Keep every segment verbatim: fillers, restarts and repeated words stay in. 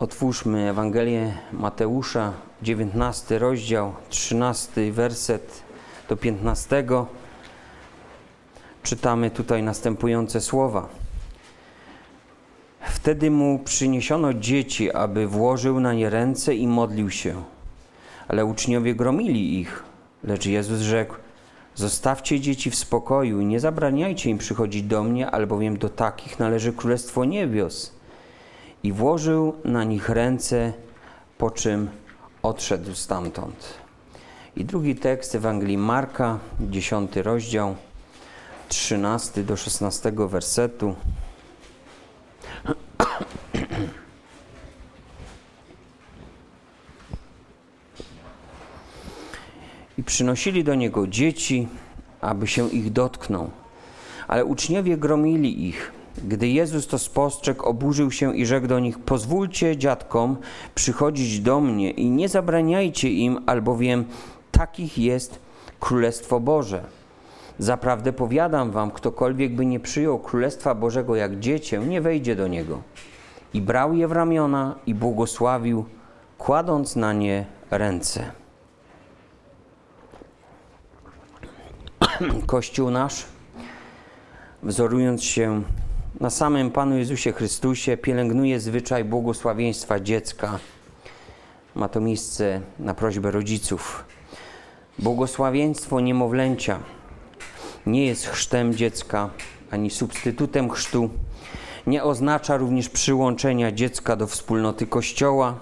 Otwórzmy Ewangelię Mateusza, dziewiętnasty rozdział, trzynasty werset do piętnastego. Czytamy tutaj następujące słowa. Wtedy mu przyniesiono dzieci, aby włożył na nie ręce i modlił się. Ale uczniowie gromili ich, lecz Jezus rzekł: zostawcie dzieci w spokoju i nie zabraniajcie im przychodzić do mnie, albowiem do takich należy Królestwo Niebios. I włożył na nich ręce, po czym odszedł stamtąd. I drugi tekst Ewangelii Marka, dziesiąty rozdział, trzynasty do szesnastego wersetu. I przynosili do niego dzieci, aby się ich dotknął. Ale uczniowie gromili ich. Gdy Jezus to spostrzegł, oburzył się i rzekł do nich: pozwólcie dziadkom przychodzić do mnie i nie zabraniajcie im, albowiem takich jest Królestwo Boże. Zaprawdę powiadam wam, ktokolwiek by nie przyjął Królestwa Bożego jak dziecię, nie wejdzie do niego. I brał je w ramiona i błogosławił, kładąc na nie ręce. Kościół nasz, wzorując się na samym Panu Jezusie Chrystusie, pielęgnuje zwyczaj błogosławieństwa dziecka. Ma to miejsce na prośbę rodziców. Błogosławieństwo niemowlęcia nie jest chrztem dziecka, ani substytutem chrztu. Nie oznacza również przyłączenia dziecka do wspólnoty Kościoła.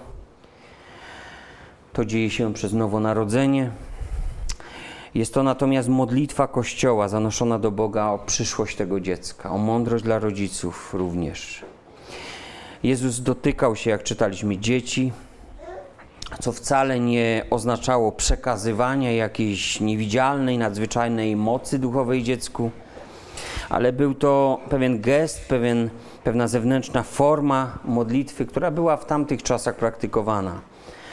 To dzieje się przez nowonarodzenie. Jest to natomiast modlitwa Kościoła zanoszona do Boga o przyszłość tego dziecka, o mądrość dla rodziców również. Jezus dotykał się, jak czytaliśmy, dzieci, co wcale nie oznaczało przekazywania jakiejś niewidzialnej, nadzwyczajnej mocy duchowej dziecku, ale był to pewien gest, pewien, pewna zewnętrzna forma modlitwy, która była w tamtych czasach praktykowana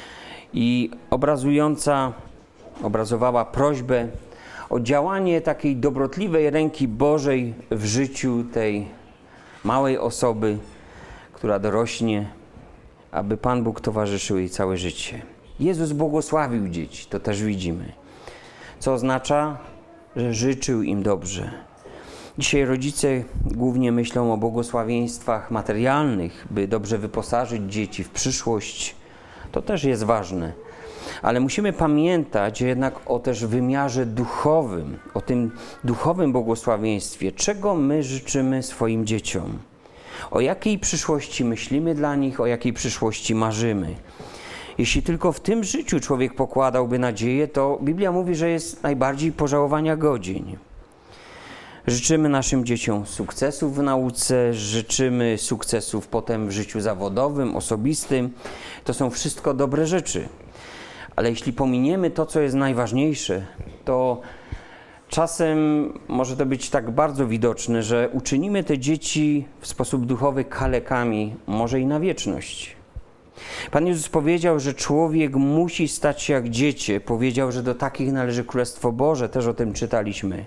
i obrazująca obrazowała prośbę o działanie takiej dobrotliwej ręki Bożej w życiu tej małej osoby, która dorośnie, aby Pan Bóg towarzyszył jej całe życie. Jezus błogosławił dzieci, to też widzimy, co oznacza, że życzył im dobrze. Dzisiaj rodzice głównie myślą o błogosławieństwach materialnych, by dobrze wyposażyć dzieci w przyszłość. To też jest ważne. Ale musimy pamiętać jednak o też wymiarze duchowym, o tym duchowym błogosławieństwie, czego my życzymy swoim dzieciom. O jakiej przyszłości myślimy dla nich, o jakiej przyszłości marzymy. Jeśli tylko w tym życiu człowiek pokładałby nadzieję, to Biblia mówi, że jest najbardziej pożałowania godzin. Życzymy naszym dzieciom sukcesów w nauce, życzymy sukcesów potem w życiu zawodowym, osobistym. To są wszystko dobre rzeczy. Ale jeśli pominiemy to, co jest najważniejsze, to czasem może to być tak bardzo widoczne, że uczynimy te dzieci w sposób duchowy kalekami, może i na wieczność. Pan Jezus powiedział, że człowiek musi stać się jak dziecię. Powiedział, że do takich należy Królestwo Boże, też o tym czytaliśmy.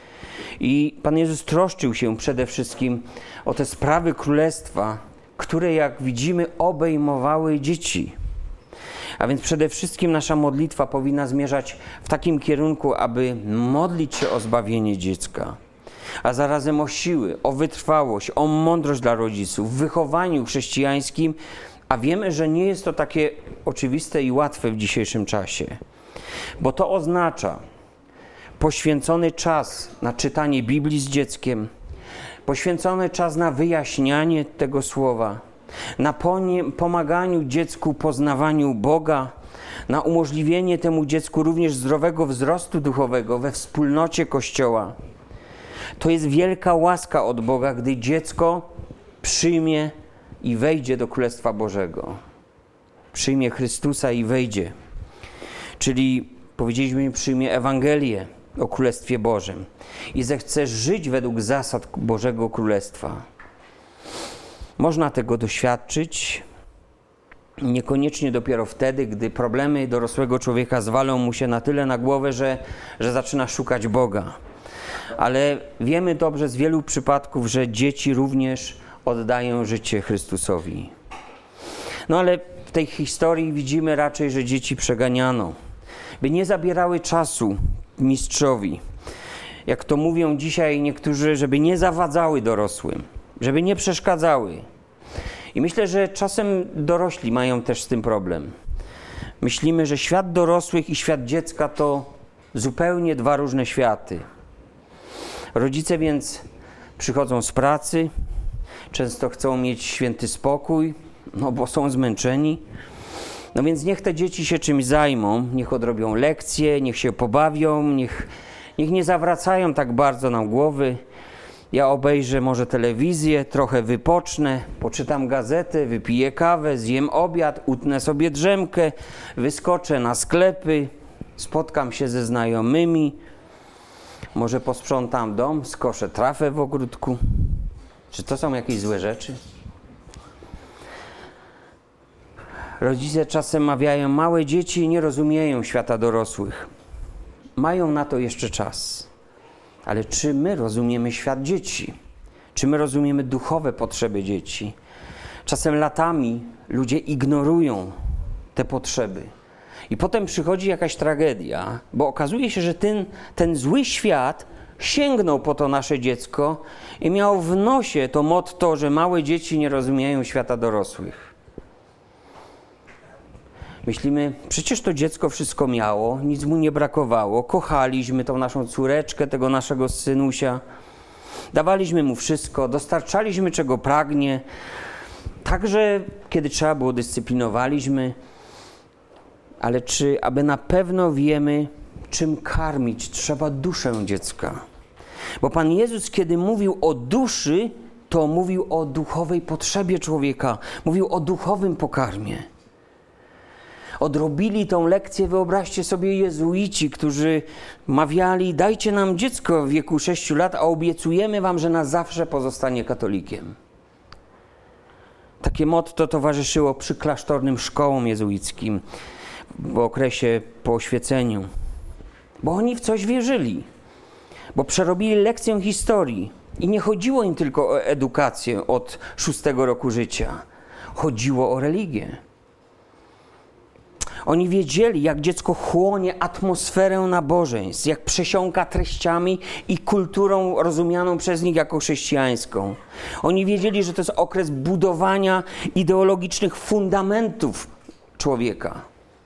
I Pan Jezus troszczył się przede wszystkim o te sprawy Królestwa, które, jak widzimy, obejmowały dzieci. A więc przede wszystkim nasza modlitwa powinna zmierzać w takim kierunku, aby modlić się o zbawienie dziecka, a zarazem o siły, o wytrwałość, o mądrość dla rodziców, w wychowaniu chrześcijańskim, a wiemy, że nie jest to takie oczywiste i łatwe w dzisiejszym czasie, bo to oznacza poświęcony czas na czytanie Biblii z dzieckiem, poświęcony czas na wyjaśnianie tego słowa, na pomaganiu dziecku poznawaniu Boga, na umożliwienie temu dziecku również zdrowego wzrostu duchowego we wspólnocie Kościoła. To jest wielka łaska od Boga, gdy dziecko przyjmie i wejdzie do Królestwa Bożego. Przyjmie Chrystusa i wejdzie. Czyli powiedzieliśmy, przyjmie Ewangelię o Królestwie Bożym i zechce żyć według zasad Bożego Królestwa. Można tego doświadczyć, niekoniecznie dopiero wtedy, gdy problemy dorosłego człowieka zwalą mu się na tyle na głowę, że, że zaczyna szukać Boga. Ale wiemy dobrze z wielu przypadków, że dzieci również oddają życie Chrystusowi. No ale w tej historii widzimy raczej, że dzieci przeganiano, by nie zabierały czasu mistrzowi. Jak to mówią dzisiaj niektórzy, żeby nie zawadzały dorosłym, żeby nie przeszkadzały. I myślę, że czasem dorośli mają też z tym problem. Myślimy, że świat dorosłych i świat dziecka to zupełnie dwa różne światy. Rodzice więc przychodzą z pracy, często chcą mieć święty spokój, no bo są zmęczeni. No więc niech te dzieci się czymś zajmą, niech odrobią lekcje, niech się pobawią, niech, niech nie zawracają tak bardzo nam głowy. Ja obejrzę może telewizję, trochę wypocznę, poczytam gazetę, wypiję kawę, zjem obiad, utnę sobie drzemkę, wyskoczę na sklepy, spotkam się ze znajomymi, może posprzątam dom, skoszę trawę w ogródku. Czy to są jakieś złe rzeczy? Rodzice czasem mawiają, małe dzieci nie rozumieją świata dorosłych. Mają na to jeszcze czas. Ale czy my rozumiemy świat dzieci? Czy my rozumiemy duchowe potrzeby dzieci? Czasem latami ludzie ignorują te potrzeby. I potem przychodzi jakaś tragedia, bo okazuje się, że ten, ten zły świat sięgnął po to nasze dziecko i miał w nosie to motto, że małe dzieci nie rozumieją świata dorosłych. Myślimy, przecież to dziecko wszystko miało, nic mu nie brakowało, kochaliśmy tą naszą córeczkę, tego naszego synusia, dawaliśmy mu wszystko, dostarczaliśmy czego pragnie, także kiedy trzeba było, dyscyplinowaliśmy, ale czy aby na pewno wiemy, czym karmić trzeba duszę dziecka? Bo Pan Jezus, kiedy mówił o duszy, to mówił o duchowej potrzebie człowieka, mówił o duchowym pokarmie. Odrobili tą lekcję, wyobraźcie sobie, jezuici, którzy mawiali, dajcie nam dziecko w wieku sześciu lat, a obiecujemy wam, że na zawsze pozostanie katolikiem. Takie motto towarzyszyło przyklasztornym szkołom jezuickim w okresie po oświeceniu. Bo oni w coś wierzyli, bo przerobili lekcję historii. I nie chodziło im tylko o edukację od szóstego roku życia. Chodziło o religię. Oni wiedzieli, jak dziecko chłonie atmosferę nabożeństw, jak przesiąka treściami i kulturą rozumianą przez nich jako chrześcijańską. Oni wiedzieli, że to jest okres budowania ideologicznych fundamentów człowieka.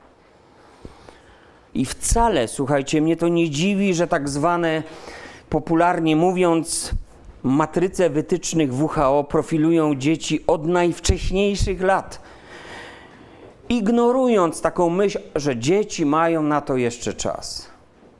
I wcale, słuchajcie, mnie to nie dziwi, że tak zwane, popularnie mówiąc, matryce wytycznych W H O profilują dzieci od najwcześniejszych lat, ignorując taką myśl, że dzieci mają na to jeszcze czas.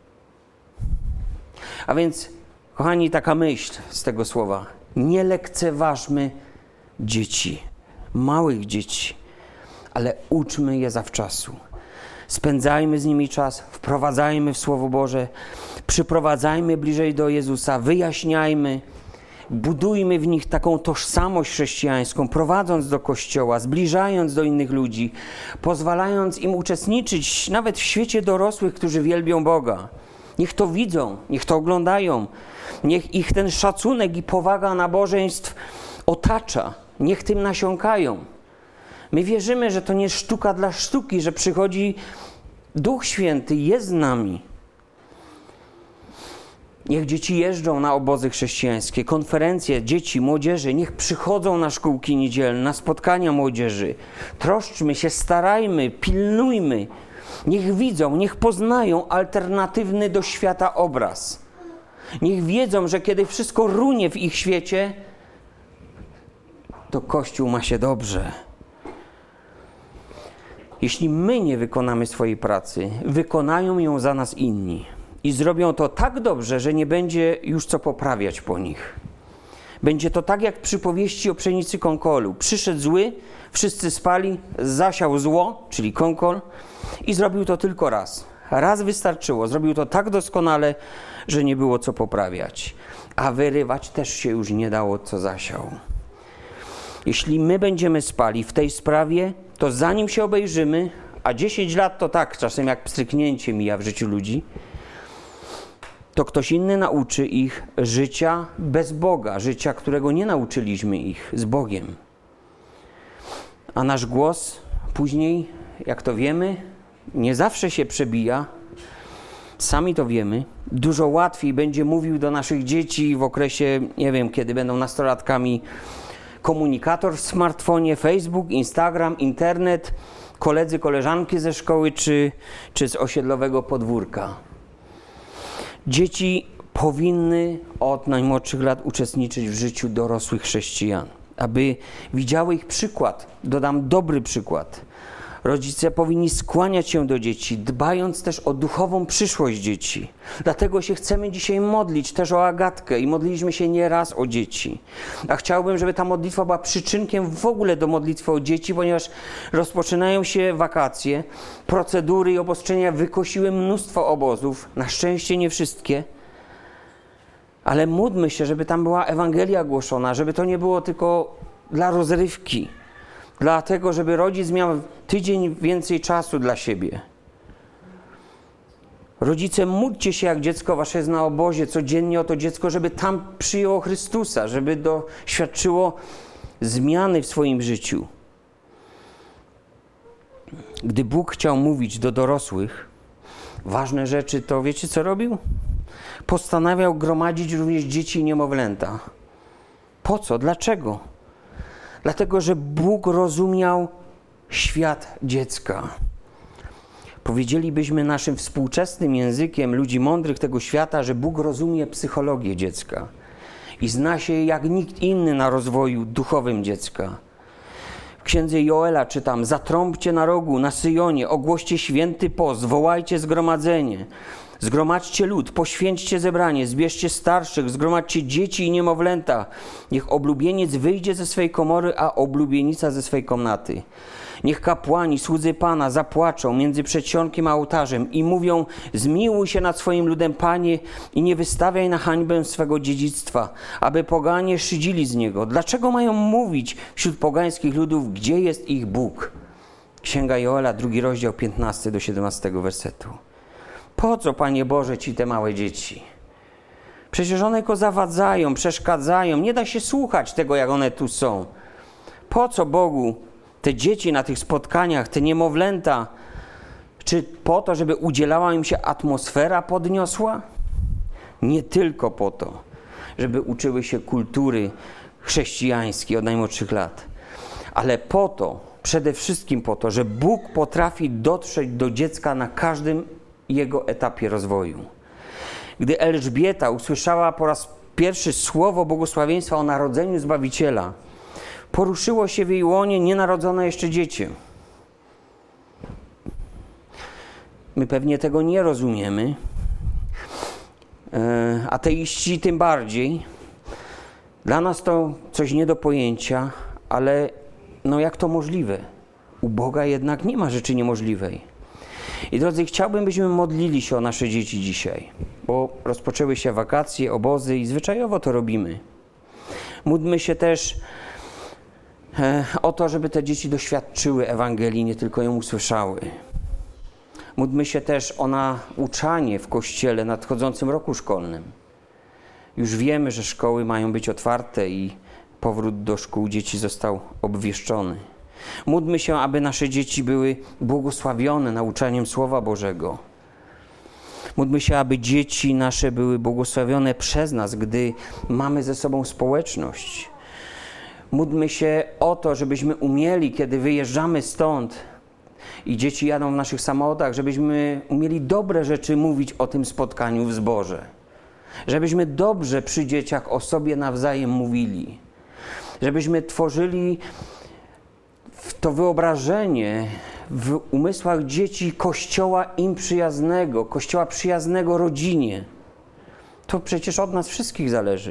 A więc, kochani, taka myśl z tego słowa. Nie lekceważmy dzieci, małych dzieci, ale uczmy je zawczasu. Spędzajmy z nimi czas, wprowadzajmy w Słowo Boże, przyprowadzajmy bliżej do Jezusa, wyjaśniajmy, budujmy w nich taką tożsamość chrześcijańską, prowadząc do Kościoła, zbliżając do innych ludzi, pozwalając im uczestniczyć nawet w świecie dorosłych, którzy wielbią Boga. Niech to widzą, niech to oglądają, niech ich ten szacunek i powaga nabożeństw otacza, niech tym nasiąkają. My wierzymy, że to nie sztuka dla sztuki, że przychodzi Duch Święty, jest z nami. Niech dzieci jeżdżą na obozy chrześcijańskie, konferencje dzieci, młodzieży, niech przychodzą na szkółki niedzielne, na spotkania młodzieży. Troszczmy się, starajmy, pilnujmy. Niech widzą, niech poznają alternatywny do świata obraz. Niech wiedzą, że kiedy wszystko runie w ich świecie, to Kościół ma się dobrze. Jeśli my nie wykonamy swojej pracy, wykonają ją za nas inni. I zrobią to tak dobrze, że nie będzie już co poprawiać po nich. Będzie to tak jak przy powieści o pszenicy konkolu. Przyszedł zły, wszyscy spali, zasiał zło, czyli konkol, i zrobił to tylko raz. Raz wystarczyło. Zrobił to tak doskonale, że nie było co poprawiać. A wyrywać też się już nie dało, co zasiał. Jeśli my będziemy spali w tej sprawie, to zanim się obejrzymy, a dziesięć lat to tak, czasem jak pstryknięcie mija w życiu ludzi, to ktoś inny nauczy ich życia bez Boga, życia, którego nie nauczyliśmy ich, z Bogiem. A nasz głos później, jak to wiemy, nie zawsze się przebija. Sami to wiemy. Dużo łatwiej będzie mówił do naszych dzieci w okresie, nie wiem, kiedy będą nastolatkami, komunikator w smartfonie, Facebook, Instagram, internet, koledzy, koleżanki ze szkoły czy, czy z osiedlowego podwórka. Dzieci powinny od najmłodszych lat uczestniczyć w życiu dorosłych chrześcijan, aby widziały ich przykład. Dodam dobry przykład. Rodzice powinni skłaniać się do dzieci, dbając też o duchową przyszłość dzieci. Dlatego się chcemy dzisiaj modlić też o Agatkę i modliliśmy się nieraz o dzieci. A chciałbym, żeby ta modlitwa była przyczynkiem w ogóle do modlitwy o dzieci, ponieważ rozpoczynają się wakacje, procedury i obostrzenia wykosiły mnóstwo obozów, na szczęście nie wszystkie, ale módlmy się, żeby tam była Ewangelia głoszona, żeby to nie było tylko dla rozrywki, dlatego, żeby rodzic miał tydzień więcej czasu dla siebie. Rodzice, módlcie się, jak dziecko wasze jest na obozie, codziennie o to dziecko, żeby tam przyjęło Chrystusa, żeby doświadczyło zmiany w swoim życiu. Gdy Bóg chciał mówić do dorosłych ważne rzeczy, to wiecie, co robił? Postanawiał gromadzić również dzieci i niemowlęta. Po co? Dlaczego? Dlatego, że Bóg rozumiał świat dziecka. Powiedzielibyśmy naszym współczesnym językiem ludzi mądrych tego świata, że Bóg rozumie psychologię dziecka i zna się jak nikt inny na rozwoju duchowym dziecka. W księdze Joela czytam: zatrąbcie na rogu, na Syjonie, ogłoście święty post, wołajcie zgromadzenie. Zgromadźcie lud, poświęćcie zebranie, zbierzcie starszych, zgromadźcie dzieci i niemowlęta. Niech oblubieniec wyjdzie ze swej komory, a oblubienica ze swej komnaty. Niech kapłani, słudzy Pana, zapłaczą między przedsionkiem a ołtarzem i mówią: zmiłuj się nad swoim ludem, Panie, i nie wystawiaj na hańbę swego dziedzictwa, aby poganie szydzili z niego. Dlaczego mają mówić wśród pogańskich ludów, gdzie jest ich Bóg? Księga Joela, drugi rozdział, piętnasty do siedemnastego wersetu. Po co, Panie Boże, Ci te małe dzieci? Przecież one go zawadzają, przeszkadzają. Nie da się słuchać tego, jak one tu są. Po co Bogu te dzieci na tych spotkaniach, te niemowlęta? Czy po to, żeby udzielała im się atmosfera podniosła? Nie tylko po to, żeby uczyły się kultury chrześcijańskiej od najmłodszych lat, ale po to, przede wszystkim po to, że Bóg potrafi dotrzeć do dziecka na każdym jego etapie rozwoju. Gdy Elżbieta usłyszała po raz pierwszy słowo błogosławieństwa o narodzeniu Zbawiciela, poruszyło się w jej łonie nienarodzone jeszcze dziecię. My pewnie tego nie rozumiemy, e, ateiści tym bardziej. Dla nas to coś nie do pojęcia, ale no jak to możliwe? U Boga jednak nie ma rzeczy niemożliwej. I drodzy, chciałbym, byśmy modlili się o nasze dzieci dzisiaj, bo rozpoczęły się wakacje, obozy i zwyczajowo to robimy. Módlmy się też e, o to, żeby te dzieci doświadczyły Ewangelii, nie tylko ją usłyszały. Módlmy się też o nauczanie w Kościele w nadchodzącym roku szkolnym. Już wiemy, że szkoły mają być otwarte i powrót do szkół dzieci został obwieszczony. Módlmy się, aby nasze dzieci były błogosławione nauczaniem Słowa Bożego. Módlmy się, aby dzieci nasze były błogosławione przez nas, gdy mamy ze sobą społeczność. Módlmy się o to, żebyśmy umieli, kiedy wyjeżdżamy stąd i dzieci jadą w naszych samochodach, żebyśmy umieli dobre rzeczy mówić o tym spotkaniu w zborze. Żebyśmy dobrze przy dzieciach o sobie nawzajem mówili. Żebyśmy tworzyli to wyobrażenie w umysłach dzieci Kościoła im przyjaznego, Kościoła przyjaznego rodzinie. To przecież od nas wszystkich zależy.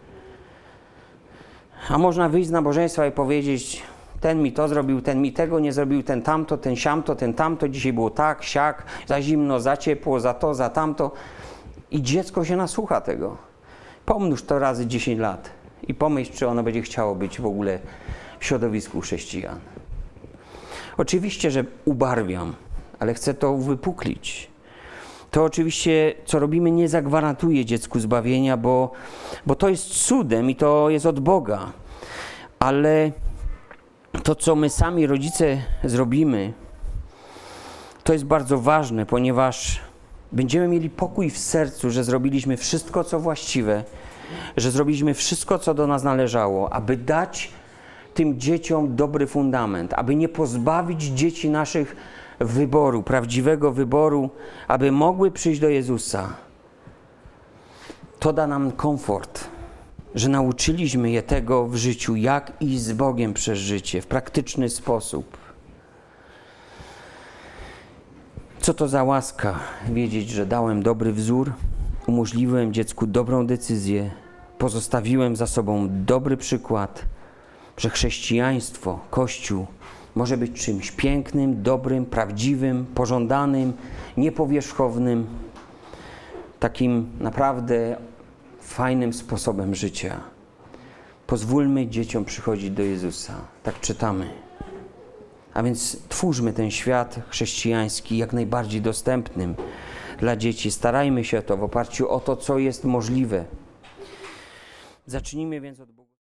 A można wyjść z nabożeństwa i powiedzieć: ten mi to zrobił, ten mi tego nie zrobił, ten tamto, ten siamto, ten tamto, dzisiaj było tak, siak, za zimno, za ciepło, za to, za tamto. I dziecko się nasłucha tego. Pomnóż to razy dziesięć lat i pomyśl, czy ono będzie chciało być w ogóle w środowisku chrześcijan. Oczywiście, że ubarwiam, ale chcę to uwypuklić. To oczywiście, co robimy, nie zagwarantuje dziecku zbawienia, bo, bo to jest cudem i to jest od Boga. Ale to, co my sami rodzice zrobimy, to jest bardzo ważne, ponieważ będziemy mieli pokój w sercu, że zrobiliśmy wszystko, co właściwe, że zrobiliśmy wszystko, co do nas należało, aby dać tym dzieciom dobry fundament, aby nie pozbawić dzieci naszych wyboru, prawdziwego wyboru, aby mogły przyjść do Jezusa. To da nam komfort, że nauczyliśmy je tego w życiu, jak iść z Bogiem przez życie, w praktyczny sposób. Co to za łaska wiedzieć, że dałem dobry wzór, umożliwiłem dziecku dobrą decyzję, pozostawiłem za sobą dobry przykład, że chrześcijaństwo, Kościół może być czymś pięknym, dobrym, prawdziwym, pożądanym, niepowierzchownym, takim naprawdę fajnym sposobem życia. Pozwólmy dzieciom przychodzić do Jezusa. Tak czytamy. A więc twórzmy ten świat chrześcijański jak najbardziej dostępnym dla dzieci. Starajmy się to w oparciu o to, co jest możliwe. Zacznijmy więc od Boga.